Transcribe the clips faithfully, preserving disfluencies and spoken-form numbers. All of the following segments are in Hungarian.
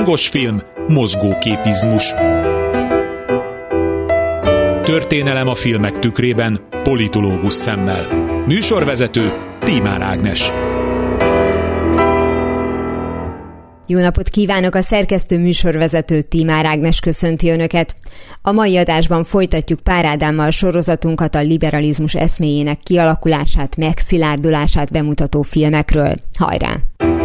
Hangos film, mozgóképizmus. Történelem a filmek tükrében, politológus szemmel. Műsorvezető Tímár Ágnes. Jó napot kívánok, a szerkesztő műsorvezető Tímár Ágnes köszönti Önöket. A mai adásban folytatjuk Pár Ádámmal sorozatunkat a liberalizmus eszméjének kialakulását, megszilárdulását bemutató filmekről. Hajrá!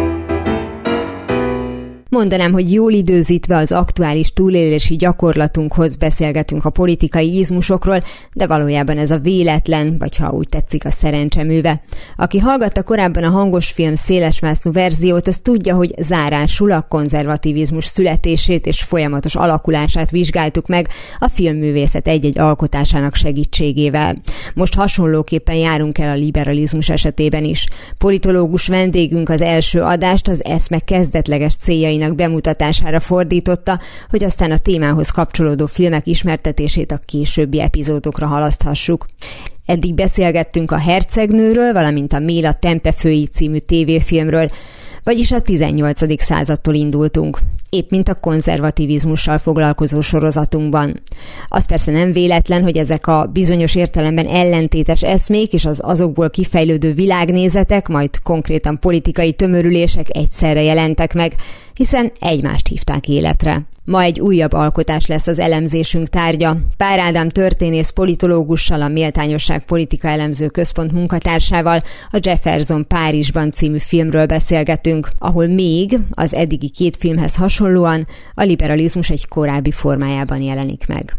Mondanám, hogy jól időzítve az aktuális túlélési gyakorlatunkhoz beszélgetünk a politikai izmusokról, de valójában ez a véletlen, vagy ha úgy tetszik, a szerencseműve. Aki hallgatta korábban a Hangos film szélesvásznú verziót, az tudja, hogy zárásul a konzervativizmus születését és folyamatos alakulását vizsgáltuk meg a filmművészet egy-egy alkotásának segítségével. Most hasonlóképpen járunk el a liberalizmus esetében is. Politológus vendégünk az első adást az eszme kezdetleges céljai bemutatására fordította, hogy aztán a témához kapcsolódó filmek ismertetését a későbbi epizódokra halaszthassuk. Eddig beszélgettünk a Hercegnőről, valamint a Méla Tempefői című tévéfilmről, vagyis a tizennyolcadik századtól indultunk, épp mint a konzervativizmussal foglalkozó sorozatunkban. Az persze nem véletlen, hogy ezek a bizonyos értelemben ellentétes eszmék és az azokból kifejlődő világnézetek, majd konkrétan politikai tömörülések egyszerre jelentek meg, hiszen egymást hívták életre. Ma egy újabb alkotás lesz az elemzésünk tárgya. Pár Ádám történész politológussal, a Méltányosság Politika Elemző Központ munkatársával a Jefferson Párizsban című filmről beszélgetünk, ahol még az eddigi két filmhez hasonlóan a liberalizmus egy korábbi formájában jelenik meg.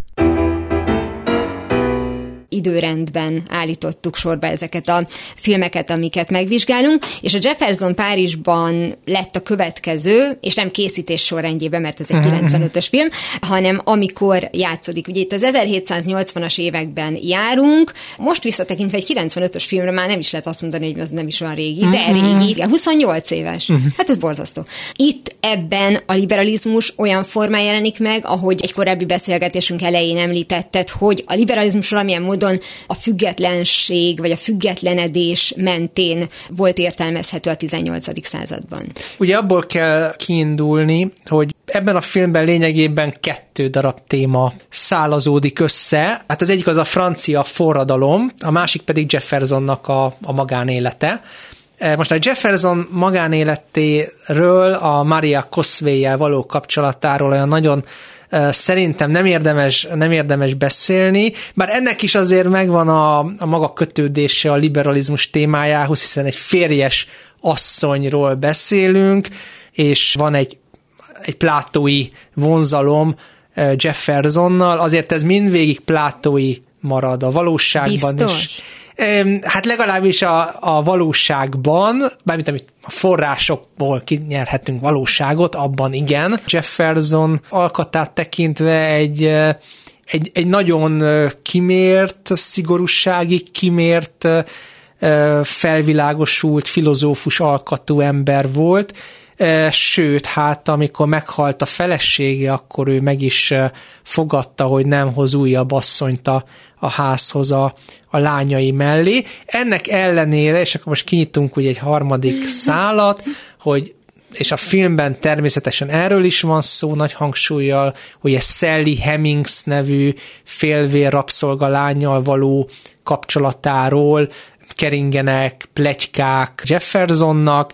Időrendben állítottuk sorba ezeket a filmeket, amiket megvizsgálunk, és a Jefferson Párizsban lett a következő, és nem készítés sorrendjében, mert ez egy kilencvenötös film, hanem amikor játszódik. Ugye itt az ezerhétszáznyolcvanas években járunk, most visszatekintve egy kilencvenötös filmre már nem is lehet azt mondani, hogy az nem is olyan régi, de régi, igen, huszonnyolc éves. Hát ez borzasztó. Itt ebben a liberalizmus olyan formán jelenik meg, ahogy egy korábbi beszélgetésünk elején említetted, hogy a liberalizmus valamilyen módon a függetlenség, vagy a függetlenedés mentén volt értelmezhető a tizennyolcadik században. Ugye abból kell kiindulni, hogy ebben a filmben lényegében kettő darab téma szálazódik össze. Hát az egyik az a francia forradalom, a másik pedig Jeffersonnak a, a magánélete. Most a Jefferson magánéletéről, a Maria Cosway-jel való kapcsolatáról olyan nagyon szerintem nem érdemes, nem érdemes beszélni, bár ennek is azért megvan a, a maga kötődése a liberalizmus témájához, hiszen egy férjes asszonyról beszélünk, és van egy, egy plátói vonzalom Jeffersonnal, azért ez mindvégig plátói marad a valóságban Biztos? is. Hát legalábbis a, a valóságban, bármint amit a forrásokból kinyerhetünk valóságot, abban igen. Jefferson alkatát tekintve egy, egy, egy nagyon kimért, szigorúsági, kimért, felvilágosult, filozófus alkatú ember volt, sőt, hát amikor meghalt a felesége, akkor ő meg is fogadta, hogy nem hoz újabb asszonyt a, a házhoz a, a lányai mellé. Ennek ellenére, és akkor most kinyitunk ugye egy harmadik szálat, hogy és a filmben természetesen erről is van szó nagy hangsúllyal, hogy egy Sally Hemings nevű félvér rabszolgalánnyal való kapcsolatáról keringenek pletykák Jeffersonnak,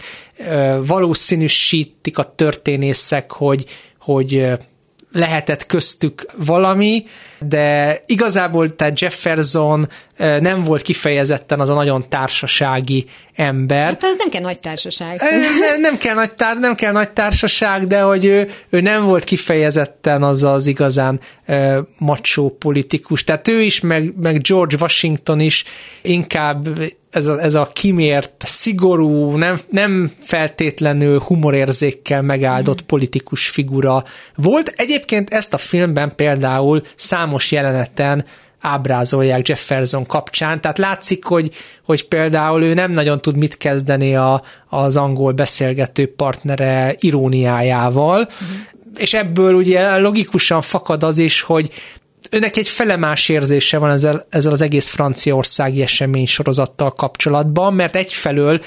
valószínűsítik a történészek, hogy, hogy lehetett köztük valami, de igazából tehát Jefferson nem volt kifejezetten az a nagyon társasági ember. Hát az nem kell nagy társaság. Nem, nem, kell, nagy tár, nem kell nagy társaság, de hogy ő, ő nem volt kifejezetten az az igazán uh, macho politikus. Tehát ő is, meg, meg George Washington is inkább ez a, ez a kimért, szigorú, nem, nem feltétlenül humorérzékkel megáldott mm. politikus figura volt. Egyébként ezt a filmben például számos jeleneten ábrázolják Jefferson kapcsán, tehát látszik, hogy, hogy például ő nem nagyon tud mit kezdeni a, az angol beszélgető partnere iróniájával, mm. és ebből ugye logikusan fakad az is, hogy őnek egy felemás érzése van ezzel, ezzel az egész franciaországi esemény sorozattal kapcsolatban, mert egyfelől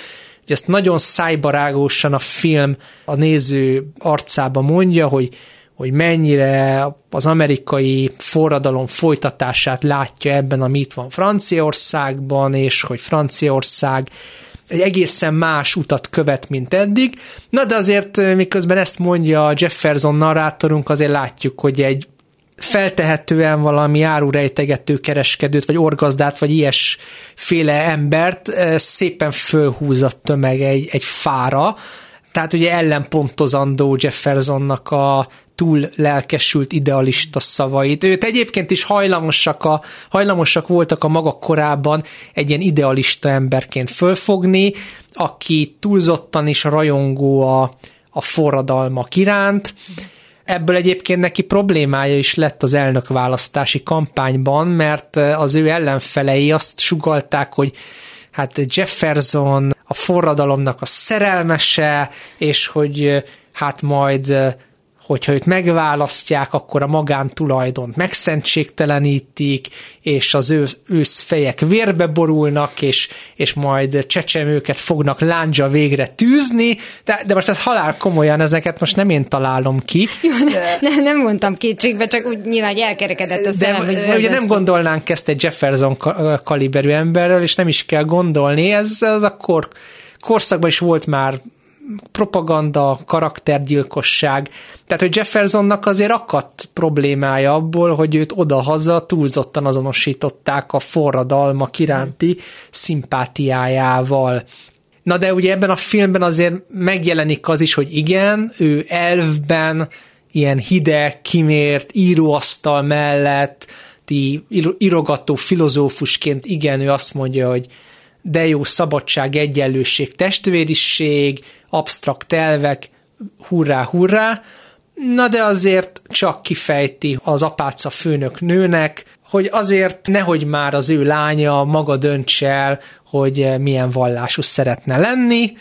hogy ezt nagyon szájbarágosan a film a néző arcába mondja, hogy, hogy mennyire az amerikai forradalom folytatását látja ebben, ami itt van Franciaországban, és hogy Franciaország egy egészen más utat követ, mint eddig. Na de azért miközben ezt mondja Jefferson narrátorunk, azért látjuk, hogy egy feltehetően valami árurejtegető kereskedőt, vagy orgazdát, vagy ilyesféle embert szépen fölhúz a tömeg egy, egy fára. Tehát ugye ellenpontozandó Jeffersonnak a túl lelkesült idealista szavait. Őt egyébként is hajlamosak, a, hajlamosak voltak a maga korában egy ilyen idealista emberként fölfogni, aki túlzottan is rajongó a, a forradalmak iránt. Ebből egyébként neki problémája is lett az elnökválasztási kampányban, mert az ő ellenfelei azt sugallták, hogy hát Jefferson a forradalomnak a szerelmese, és hogy hát majd, hogyha őt megválasztják, akkor a magántulajdont megszentségtelenítik, és az ő, őszfejek vérbe borulnak, és, és majd csecsemőket fognak lándzsa végre tűzni, de, de most ez halál komolyan, ezeket most nem én találom ki. Jó, ne, nem, nem mondtam kétségbe, csak úgy nyilván, hogy elkerekedett a szerem. De ugye nem gondolnánk ezt egy Jefferson kaliberű emberről, és nem is kell gondolni, ez az a kor, korszakban is volt már propaganda, karaktergyilkosság. Tehát, hogy Jeffersonnak azért akadt problémája abból, hogy őt odahaza túlzottan azonosították a forradalmak iránti szimpátiájával. Na de ugye ebben a filmben azért megjelenik az is, hogy igen, ő elvben ilyen hideg, kimért, íróasztal mellett, írogató filozófusként igen, ő azt mondja, hogy de jó, szabadság, egyenlőség, testvériség, absztrakt elvek, hurrá, hurrá, na de azért csak kifejti az apáca főnök nőnek, hogy azért nehogy már az ő lánya maga döntse el, hogy milyen vallású szeretne lenni,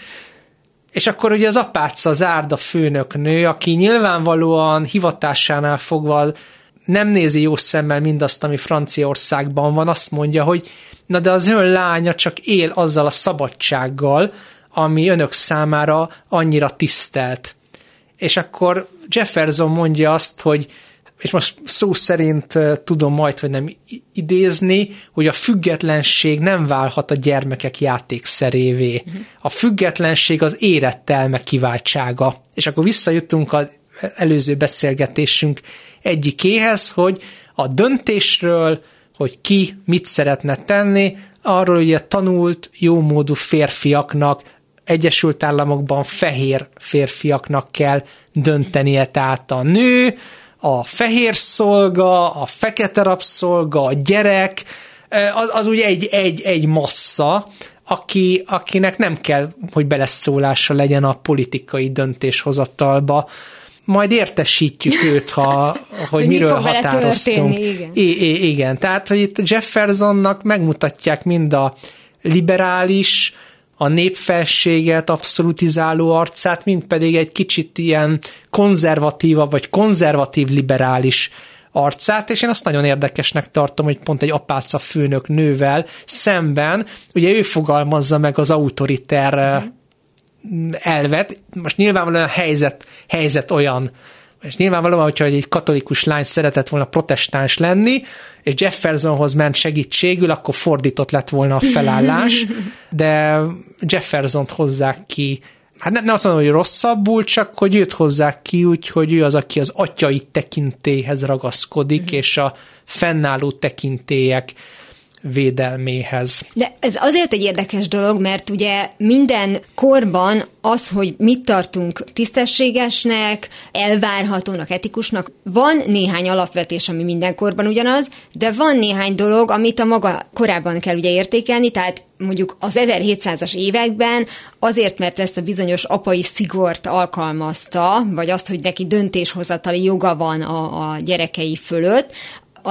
és akkor ugye az apáca Zárda főnök nő, aki nyilvánvalóan hivatásánál fogva nem nézi jó szemmel mindazt, ami Franciaországban van, azt mondja, hogy na de az ön lánya csak él azzal a szabadsággal, ami önök számára annyira tisztelt. És akkor Jefferson mondja azt, hogy, és most szó szerint tudom majd, hogy nem idézni, hogy a függetlenség nem válhat a gyermekek játékszerévé. A függetlenség az érett elme kiváltsága. És akkor visszajutunk az előző beszélgetésünk egyikéhez, hogy a döntésről, hogy ki mit szeretne tenni, arról ugye tanult, jómódú férfiaknak, Egyesült Államokban fehér férfiaknak kell döntenie, tehát a nő, a fehér szolga, a fekete rabszolga, a gyerek, az, az ugye egy, egy, egy massza, aki, akinek nem kell, hogy beleszólása legyen a politikai döntéshozatalba. Majd értesítjük őt, ha, hogy, hogy miről mi határoztunk. Igen. I- I- igen, tehát, hogy itt Jeffersonnak megmutatják mind a liberális, a népfelséget abszolutizáló arcát, mind pedig egy kicsit ilyen konzervatívabb, vagy konzervatív liberális arcát, és én azt nagyon érdekesnek tartom, hogy pont egy apáca főnök nővel szemben, ugye ő fogalmazza meg az autoriter mm. elvet, most nyilvánvalóan a helyzet, helyzet olyan, és nyilvánvalóan, hogyha egy katolikus lány szeretett volna protestáns lenni, és Jeffersonhoz ment segítségül, akkor fordított lett volna a felállás, de Jeffersont hozzák ki, hát nem, nem azt mondom, hogy rosszabbul, csak hogy őt hozzák ki úgy, hogy ő az, aki az atyai tekintélyhez ragaszkodik, mm-hmm. és a fennálló tekintélyek védelméhez. De ez azért egy érdekes dolog, mert ugye minden korban az, hogy mit tartunk tisztességesnek, elvárhatónak, etikusnak, van néhány alapvetés, ami minden korban ugyanaz, de van néhány dolog, amit a maga korában kell ugye értékelni, tehát mondjuk az ezerhétszázas években azért, mert ezt a bizonyos apai szigort alkalmazta, vagy azt, hogy neki döntéshozatali joga van a, a gyerekei fölött, az egy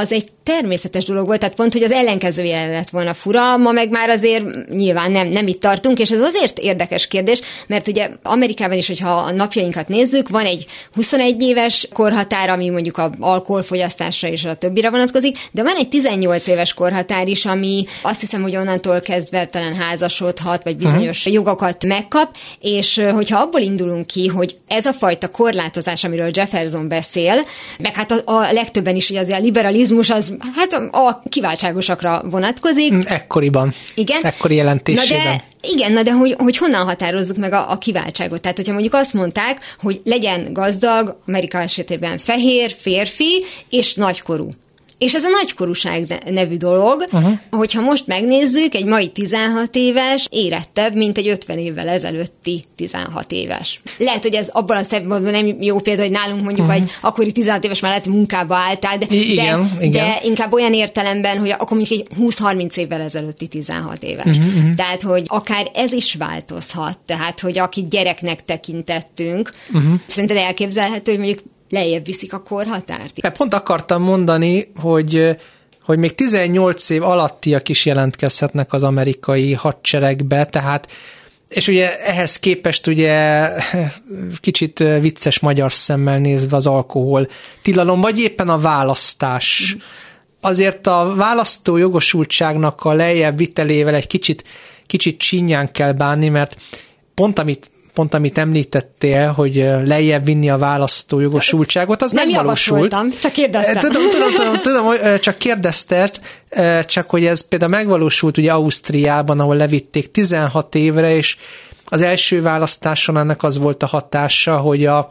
természetes dolog volt, tehát pont, hogy az ellenkezője lett volna fura, ma meg már azért nyilván nem, nem itt tartunk, és ez azért érdekes kérdés, mert ugye Amerikában is, hogyha a napjainkat nézzük, van egy huszonegy éves korhatár, ami mondjuk a alkoholfogyasztásra és a többire vonatkozik, de van egy tizennyolc éves korhatár is, ami azt hiszem, hogy onnantól kezdve talán házasodhat, vagy bizonyos uh-huh. jogokat megkap, és hogyha abból indulunk ki, hogy ez a fajta korlátozás, amiről Jefferson beszél, meg hát a, a legtöbben is, hogy azért a liberalizmus az hát a kiváltságosakra vonatkozik. Ekkoriban. Igen. Ekkori jelentésében. Na de, igen, na de hogy, hogy honnan határozzuk meg a, a kiváltságot? Tehát, hogyha mondjuk azt mondták, hogy legyen gazdag, Amerika esetében fehér, férfi és nagykorú. És ez a nagykorúság nevű dolog, uh-huh. hogyha most megnézzük, egy mai tizenhat éves érettebb, mint egy ötven évvel ezelőtti tizenhat éves. Lehet, hogy ez abban a szempontból nem jó példa, hogy nálunk mondjuk uh-huh. egy akkori tizenhat éves már lehet munkába álltál, de, I- igen, de, igen. de inkább olyan értelemben, hogy akkor mondjuk egy húsz-harminc évvel ezelőtti tizenhat éves. Uh-huh, uh-huh. Tehát, hogy akár ez is változhat, tehát, hogy akit gyereknek tekintettünk, uh-huh. szerinted elképzelhető, hogy mondjuk lejjebb viszik a korhatárt. Pont akartam mondani, hogy, hogy még tizennyolc év alattiak is jelentkezhetnek az amerikai hadseregbe, tehát, és ugye ehhez képest ugye kicsit vicces magyar szemmel nézve az alkohol tilalom, vagy éppen a választás. Mm. Azért a választó jogosultságnak a lejjebb vitelével egy kicsit, kicsit csinyán kell bánni, mert pont amit pont amit említettél, hogy lejjebb vinni a választó jogosultságot, az nem megvalósult. Nem csak kérdeztem. Tudom, tudom, tudom, tudom, csak kérdezted, csak hogy ez például megvalósult ugye Ausztriában, ahol levitték tizenhat évre, és az első választáson ennek az volt a hatása, hogy a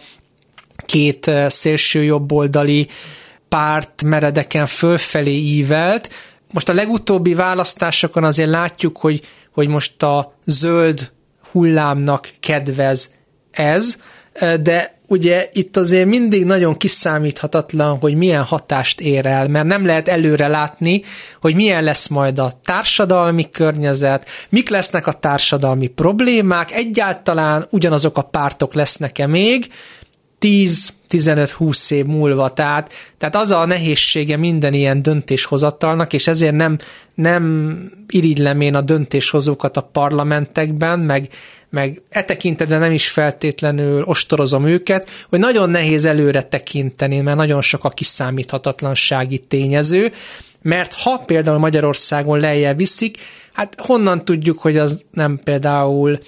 két szélső jobboldali párt meredeken fölfelé ívelt. Most a legutóbbi választásokon azért látjuk, hogy, hogy most a zöld hullámnak kedvez ez, de ugye itt azért mindig nagyon kiszámíthatatlan, hogy milyen hatást ér el, mert nem lehet előre látni, hogy milyen lesz majd a társadalmi környezet, mik lesznek a társadalmi problémák, egyáltalán ugyanazok a pártok lesznek-e még tíz-tizenöt-húsz év múlva. Tehát, tehát az a nehézsége minden ilyen döntéshozatalnak, és ezért nem, nem irigylem én a döntéshozókat a parlamentekben, meg, meg e tekintetben nem is feltétlenül ostorozom őket, hogy nagyon nehéz előre tekinteni, mert nagyon sok a kiszámíthatatlansági tényező, mert ha például Magyarországon lejjebb viszik, hát honnan tudjuk, hogy az nem például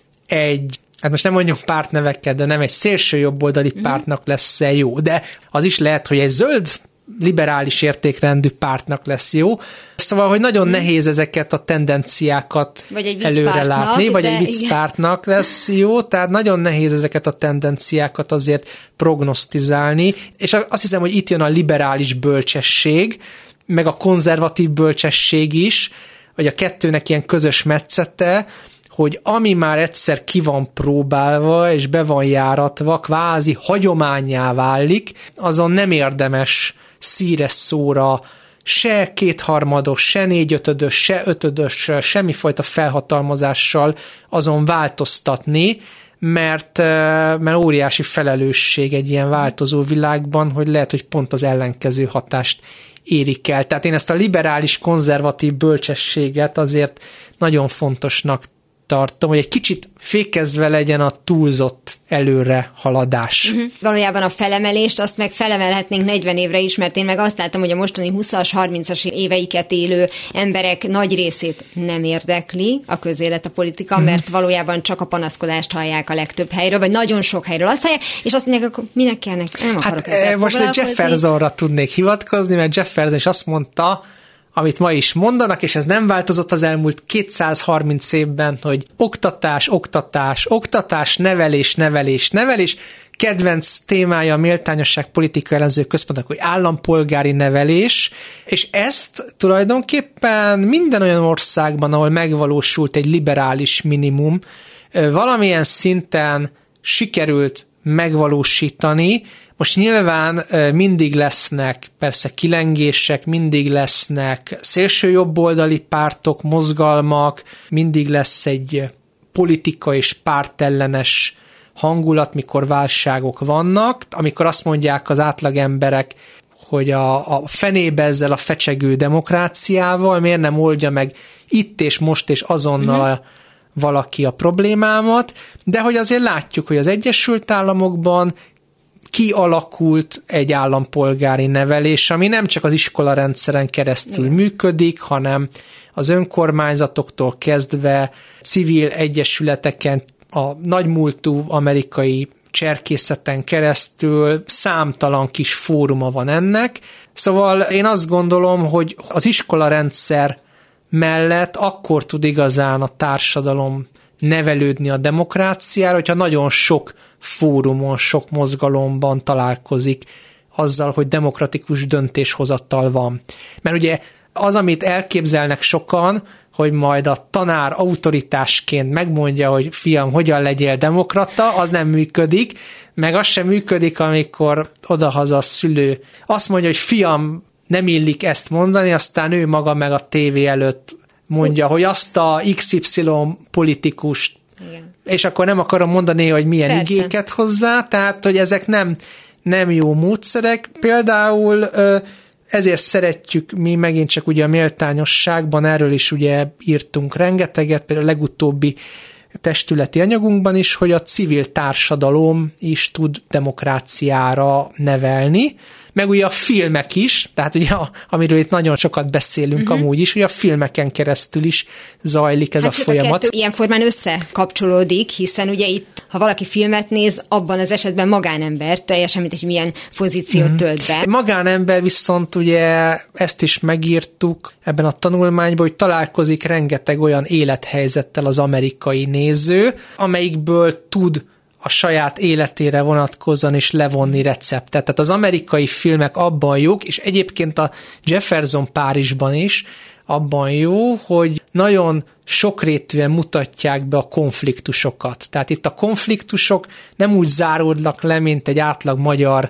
egy hát most nem mondjuk pártneveket, de nem egy szélső jobboldali mm. pártnak lesz jó, de az is lehet, hogy egy zöld liberális értékrendű pártnak lesz jó. Szóval, hogy nagyon mm. nehéz ezeket a tendenciákat előre látni, vagy egy viccpártnak lesz jó, tehát nagyon nehéz ezeket a tendenciákat azért prognosztizálni, és azt hiszem, hogy itt jön a liberális bölcsesség, meg a konzervatív bölcsesség is, vagy a kettőnek ilyen közös metszete, hogy ami már egyszer ki van próbálva, és be van járatva, kvázi hagyománnyá válik, azon nem érdemes szíres szóra se kétharmados, se négyötödös, se ötödös, semmifajta felhatalmazással azon változtatni, mert, mert óriási felelősség egy ilyen változó világban, hogy lehet, hogy pont az ellenkező hatást érik el. Tehát én ezt a liberális, konzervatív bölcsességet azért nagyon fontosnak tartom, hogy egy kicsit fékezve legyen a túlzott előre haladás. Uh-huh. Valójában a felemelést azt meg felemelhetnénk negyven évre is, mert én meg azt láttam, hogy a mostani húszas, harmincas éveiket élő emberek nagy részét nem érdekli a közélet, a politika, uh-huh. mert valójában csak a panaszkodást hallják a legtöbb helyről, vagy nagyon sok helyről azt hallják, és azt mondják, akkor minek kell nekem? Nem akarok hát, ezzel most egy Jeffersonra tudnék hivatkozni, mert Jefferson is azt mondta, amit ma is mondanak, és ez nem változott az elmúlt kétszázharminc évben, hogy oktatás, oktatás, oktatás, nevelés, nevelés, nevelés. Kedvenc témája a Méltányosság Politika Elemző Központnak, hogy állampolgári nevelés, és ezt tulajdonképpen minden olyan országban, ahol megvalósult egy liberális minimum, valamilyen szinten sikerült megvalósítani. Most nyilván mindig lesznek persze kilengések, mindig lesznek szélsőjobboldali pártok, mozgalmak, mindig lesz egy politika és pártellenes hangulat, mikor válságok vannak, amikor azt mondják az átlagemberek, hogy a, a fenébe ezzel a fecsegő demokráciával, miért nem oldja meg itt és most és azonnal uh-huh. a, valaki a problémámat, de hogy azért látjuk, hogy az Egyesült Államokban kialakult egy állampolgári nevelés, ami nem csak az iskolarendszeren keresztül Igen. működik, hanem az önkormányzatoktól kezdve civil egyesületeken, a nagymúltú amerikai cserkészeten keresztül számtalan kis fóruma van ennek. Szóval én azt gondolom, hogy az iskolarendszer mellett akkor tud igazán a társadalom nevelődni a demokráciára, hogyha nagyon sok fórumon, sok mozgalomban találkozik azzal, hogy demokratikus döntéshozattal van. Mert ugye az, amit elképzelnek sokan, hogy majd a tanár autoritásként megmondja, hogy fiam, hogyan legyél demokrata, az nem működik, meg az sem működik, amikor odahaza a szülő azt mondja, hogy fiam, nem illik ezt mondani, aztán ő maga meg a tévé előtt mondja, hogy azt a iksz ipszilon politikust, Igen. és akkor nem akarom mondani, hogy milyen Persze. igéket hozzá, tehát, hogy ezek nem, nem jó módszerek. Például ezért szeretjük mi megint csak ugye a méltányosságban, erről is ugye írtunk rengeteget, például a legutóbbi testületi anyagunkban is, hogy a civil társadalom is tud demokráciára nevelni, meg ugye a filmek is, tehát ugye a, amiről itt nagyon sokat beszélünk uh-huh. amúgy is, hogy a filmeken keresztül is zajlik ez hát a folyamat. A ilyen formán összekapcsolódik, hiszen ugye itt, ha valaki filmet néz, abban az esetben magánember, teljesen mint, hogy milyen pozíciót uh-huh. tölt be. Magánember viszont ugye ezt is megírtuk ebben a tanulmányban, hogy találkozik rengeteg olyan élethelyzettel az amerikai néző, amelyikből tud a saját életére vonatkozóan is levonni receptet. Tehát az amerikai filmek abban jók, és egyébként a Jefferson Párizsban is abban jó, hogy nagyon sokrétűen mutatják be a konfliktusokat. Tehát itt a konfliktusok nem úgy záródnak le, mint egy átlag magyar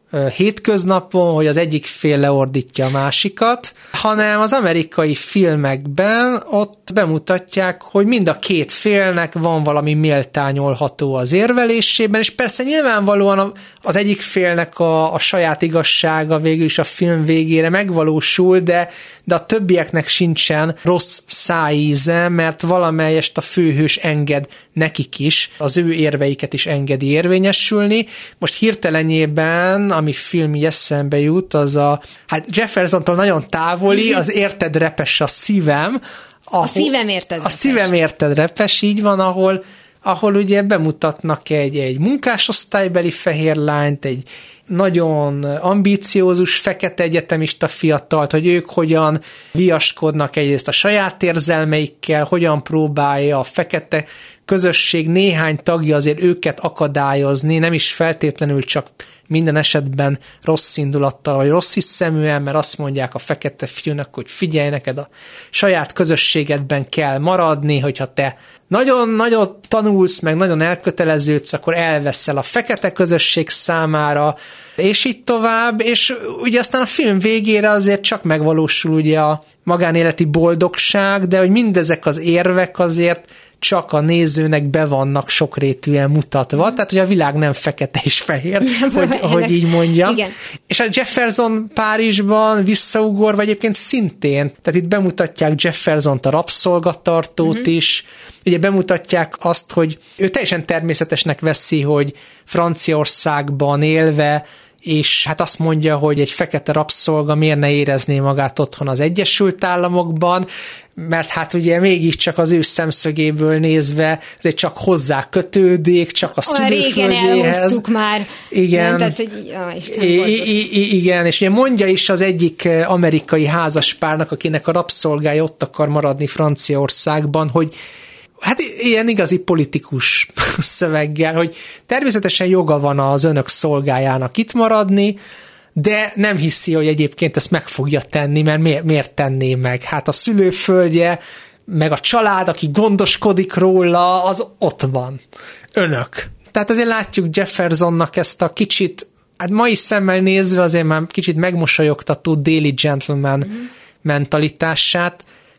hétköznapon, hogy az egyik fél leordítja a másikat, hanem az amerikai filmekben ott bemutatják, hogy mind a két félnek van valami méltányolható az érvelésében, és persze nyilvánvalóan az egyik félnek a, a saját igazsága végül is a film végére megvalósul, de, de a többieknek sincsen rossz szájíze, mert valamelyest a főhős enged nekik is, az ő érveiket is engedi érvényesülni. Most hirtelenjében, ami film így eszembe jut, az a, hát Jeffersontól nagyon távoli, az Érted repes a szívem. Ahol, a szívem érted repes. A szívem érted repes, így van, ahol, ahol ugye bemutatnak egy, egy munkásosztálybeli fehér lányt, egy nagyon ambíciózus, fekete egyetemista fiatalt, hogy ők hogyan viaskodnak egyrészt a saját érzelmeikkel, hogyan próbálja a fekete közösség néhány tagja azért őket akadályozni, nem is feltétlenül csak minden esetben rossz indulattal, vagy rossz hiszeműen, mert azt mondják a fekete fiúnak, hogy figyelj, neked a saját közösségedben kell maradni, hogyha te nagyon-nagyon tanulsz, meg nagyon elköteleződsz, akkor elveszel a fekete közösség számára, és így tovább, és ugye aztán a film végére azért csak megvalósul ugye a magánéleti boldogság, de hogy mindezek az érvek azért csak a nézőnek be vannak sokrétűen mutatva, tehát hogy a világ nem fekete és fehér, hogy, hogy így mondjam. Igen. És a Jefferson Párizsban visszaugorva egyébként szintén, tehát itt bemutatják Jeffersont, a rabszolgatartót uh-huh. is, ugye bemutatják azt, hogy ő teljesen természetesnek veszi, hogy Franciaországban élve, és hát azt mondja, hogy egy fekete rabszolga miért ne érezné magát otthon az Egyesült Államokban, mert hát ugye mégiscsak az ő szemszögéből nézve ezért csak hozzá kötődik, csak a szülőföldjéhez. Régen elhoztuk már. Igen. Nem, tehát, hogy, ó, Isten, I- I- igen, és ugye mondja is az egyik amerikai házaspárnak, akinek a rabszolgája ott akar maradni Franciaországban, hogy hát ilyen igazi politikus szöveggel, hogy természetesen joga van az önök szolgájának itt maradni, de nem hiszi, hogy egyébként ezt meg fogja tenni, mert miért, miért tenné meg? Hát a szülőföldje, meg a család, aki gondoskodik róla, az ott van. Önök. Tehát azért látjuk Jeffersonnak ezt a kicsit, hát mai szemmel nézve azért már kicsit megmosolyogtató Daily Gentleman mm. mentalitását,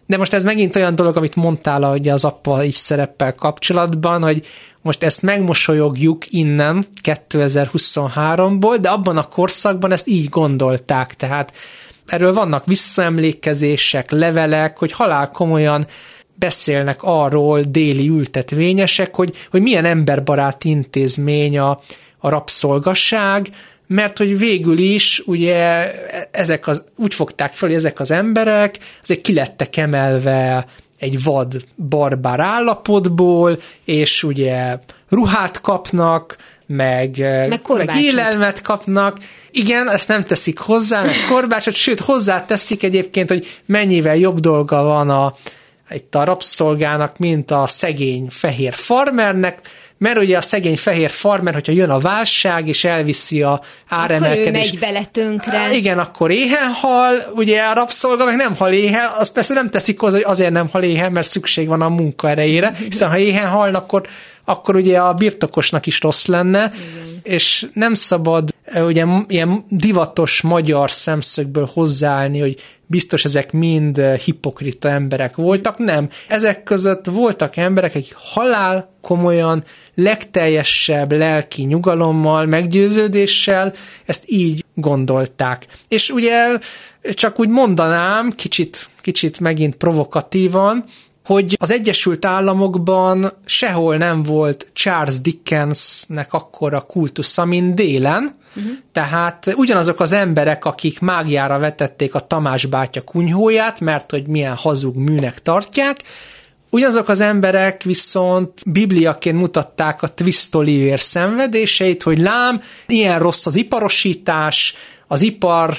De most ez megint olyan dolog, amit mondtál, hogy az apa is szereppel kapcsolatban, hogy most ezt megmosolyogjuk innen kétezer-huszonháromból, de abban a korszakban ezt így gondolták, tehát erről vannak visszaemlékezések, levelek, hogy halál komolyan beszélnek arról déli ültetvényesek, hogy, hogy milyen emberbarát intézmény a, a rabszolgasság, mert hogy végül is ugye ezek az, úgy fogták fel, hogy ezek az emberek azért ki lettek emelve egy vad barbár állapotból, és ugye ruhát kapnak, meg, meg, meg élelmet kapnak. Igen, ezt nem teszik hozzá, meg korbácsot, sőt hozzáteszik egyébként, hogy mennyivel jobb dolga van a, itt a rabszolgának, mint a szegény fehér farmernek, mert ugye a szegény fehér farmer, hogyha jön a válság, és elviszi a áremelkedést. Akkor ő megy bele tönkre. Igen, akkor éhen hal, ugye a rabszolga meg nem hal éhen, az persze nem teszik hozzá, hogy azért nem hal éhen, mert szükség van a munkaerejére, hiszen ha éhen halnak, akkor, akkor ugye a birtokosnak is rossz lenne, igen. És nem szabad ugye ilyen divatos magyar szemszögből hozzáállni, hogy biztos ezek mind hipokrita emberek voltak, nem. Ezek között voltak emberek, akik halál komolyan, legteljesebb lelki nyugalommal, meggyőződéssel ezt így gondolták. És ugye csak úgy mondanám, kicsit, kicsit megint provokatívan, hogy az Egyesült Államokban sehol nem volt Charles Dickensnek akkora kultusza, mint délen, uh-huh. Tehát ugyanazok az emberek, akik mágiára vetették a Tamás bátya kunyhóját, mert hogy milyen hazug műnek tartják, ugyanazok az emberek viszont bibliaként mutatták a Twist Oliver szenvedéseit, hogy lám, ilyen rossz az iparosítás, az ipar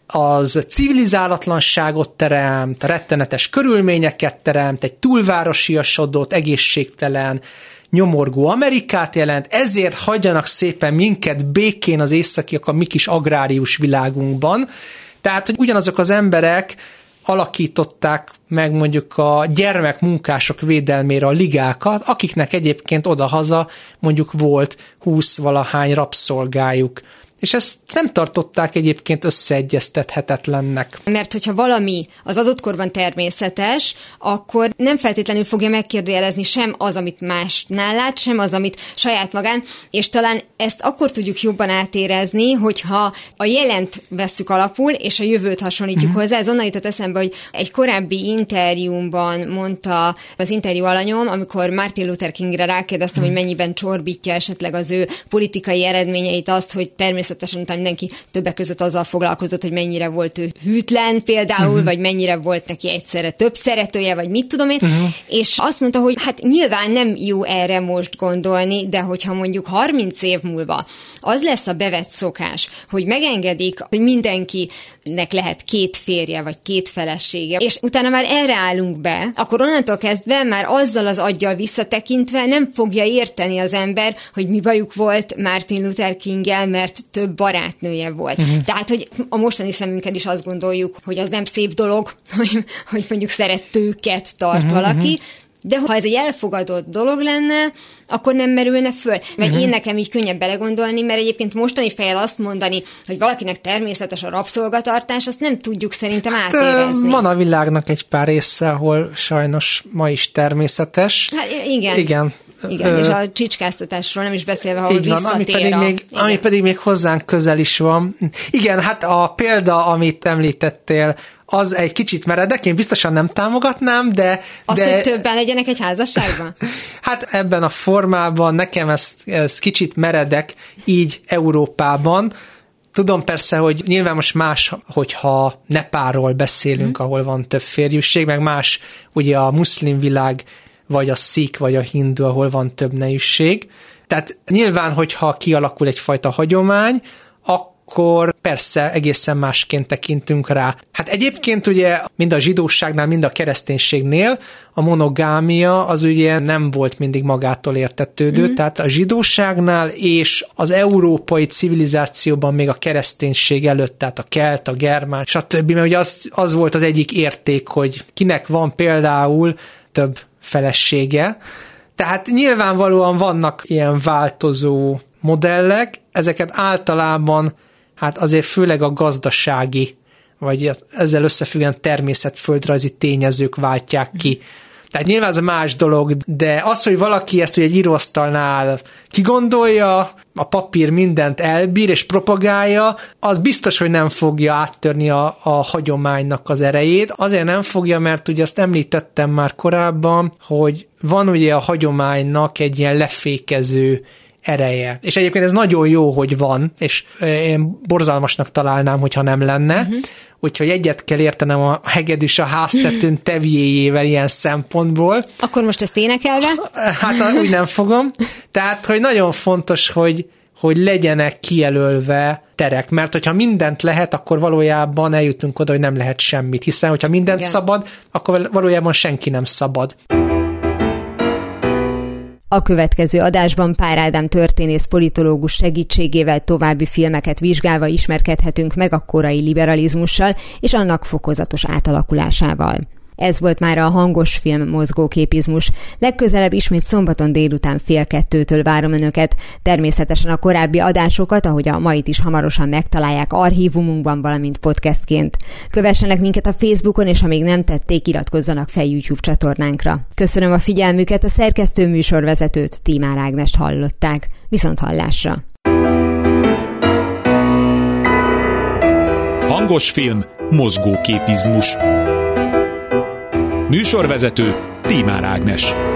az civilizálatlanságot teremt, rettenetes körülményeket teremt, egy túlvárosiasodott, egészségtelen, nyomorgó Amerikát jelent, ezért hagyjanak szépen minket békén az északiak a mi kis agrárius világunkban. Tehát, hogy ugyanazok az emberek alakították meg mondjuk a gyermekmunkások védelmére a ligákat, akiknek egyébként odahaza mondjuk volt húsz-valahány rabszolgájuk. És ezt nem tartották egyébként összeegyeztethetetlennek. Mert hogyha valami az adott korban természetes, akkor nem feltétlenül fogja megkérdőjelezni sem az, amit másnál lát, sem az, amit saját magán, és talán ezt akkor tudjuk jobban átérezni, hogyha a jelent vesszük alapul, és a jövőt hasonlítjuk mm-hmm. hozzá. Ez onnan jutott eszembe, hogy egy korábbi interjúmban mondta az interjú alanyom, amikor Martin Luther Kingre rákérdeztem, mm-hmm. hogy mennyiben csorbítja esetleg az ő politikai eredményeit azt, hogy természetesen utána mindenki többek között azzal foglalkozott, hogy mennyire volt ő hűtlen például, uh-huh. vagy mennyire volt neki egyszerre több szeretője, vagy mit tudom én, uh-huh. és azt mondta, hogy hát nyilván nem jó erre most gondolni, de hogyha mondjuk harminc év múlva az lesz a bevett szokás, hogy megengedik, hogy mindenkinek lehet két férje, vagy két felesége, és utána már erre állunk be, akkor onnantól kezdve már azzal az aggyal visszatekintve nem fogja érteni az ember, hogy mi bajuk volt Martin Luther Kinggel, mert több barátnője volt. Uh-huh. Tehát, hogy a mostani szemünkkel is azt gondoljuk, hogy az nem szép dolog, hogy, hogy mondjuk szeretőket tart uh-huh. valaki, de ha ez egy elfogadott dolog lenne, akkor nem merülne föl. Mert uh-huh. én nekem így könnyebb belegondolni, mert egyébként mostani fejjel azt mondani, hogy valakinek természetes a rabszolgatartás, azt nem tudjuk szerintem hát, átérezni. Van a világnak egy pár része, ahol sajnos ma is természetes. Hát igen. Igen. Igen, Ö, és a csicskáztatásról nem is beszélve, ahol így van, ami pedig, a... még, ami pedig még hozzánk közel is van. Igen, hát a példa, amit említettél, az egy kicsit meredek, én biztosan nem támogatnám, de... Azt, de... hogy többen legyenek egy házasságban? Hát ebben a formában nekem ez, ez kicsit meredek így Európában. Tudom persze, hogy nyilván most más, hogyha Nepálról beszélünk, hmm. ahol van több férjűség, meg más ugye a muszlim világ, vagy a szik, vagy a hindu, ahol van több nejűség. Tehát nyilván, hogyha kialakul egyfajta hagyomány, akkor persze egészen másként tekintünk rá. Hát egyébként ugye mind a zsidóságnál, mind a kereszténységnél a monogámia az ugye nem volt mindig magától értetődő, mm-hmm. tehát a zsidóságnál és az európai civilizációban még a kereszténység előtt, tehát a kelt, a germán, stb. Mert ugye az, az volt az egyik érték, hogy kinek van például több felesége. Tehát nyilvánvalóan vannak ilyen változó modellek, ezeket általában hát azért főleg a gazdasági vagy ezzel összefüggően természetföldrajzi tényezők váltják ki. Tehát nyilván ez a más dolog, de az, hogy valaki ezt egy íróasztalnál kigondolja, a papír mindent elbír és propagálja, az biztos, hogy nem fogja áttörni a, a hagyománynak az erejét. Azért nem fogja, mert ugye azt említettem már korábban, hogy van ugye a hagyománynak egy ilyen lefékező ereje. És egyébként ez nagyon jó, hogy van, és én borzalmasnak találnám, hogyha nem lenne. Uh-huh. Úgyhogy egyet kell értenem a hegedűs a háztetőn tevjéjével ilyen szempontból. Akkor most ezt énekelve? Hát úgy nem fogom. Tehát, hogy nagyon fontos, hogy, hogy legyenek kijelölve terek, mert hogyha mindent lehet, akkor valójában eljutunk oda, hogy nem lehet semmit, hiszen hogyha mindent Igen. szabad, akkor valójában senki nem szabad. A következő adásban Pár Ádám történész politológus segítségével további filmeket vizsgálva ismerkedhetünk meg a korai liberalizmussal és annak fokozatos átalakulásával. Ez volt már a Hangos Film mozgóképizmus. Legközelebb ismét szombaton délután fél kettőtől várom Önöket. Természetesen a korábbi adásokat, ahogy a mait is hamarosan megtalálják archívumunkban, valamint podcastként. Kövessenek minket a Facebookon, és ha még nem tették, iratkozzanak fel YouTube csatornánkra. Köszönöm a figyelmüket, a szerkesztő műsorvezetőt, Tímár Ágnest hallották. Viszont hallásra! Hangos Film mozgóképizmus. Műsorvezető Tímár Ágnes.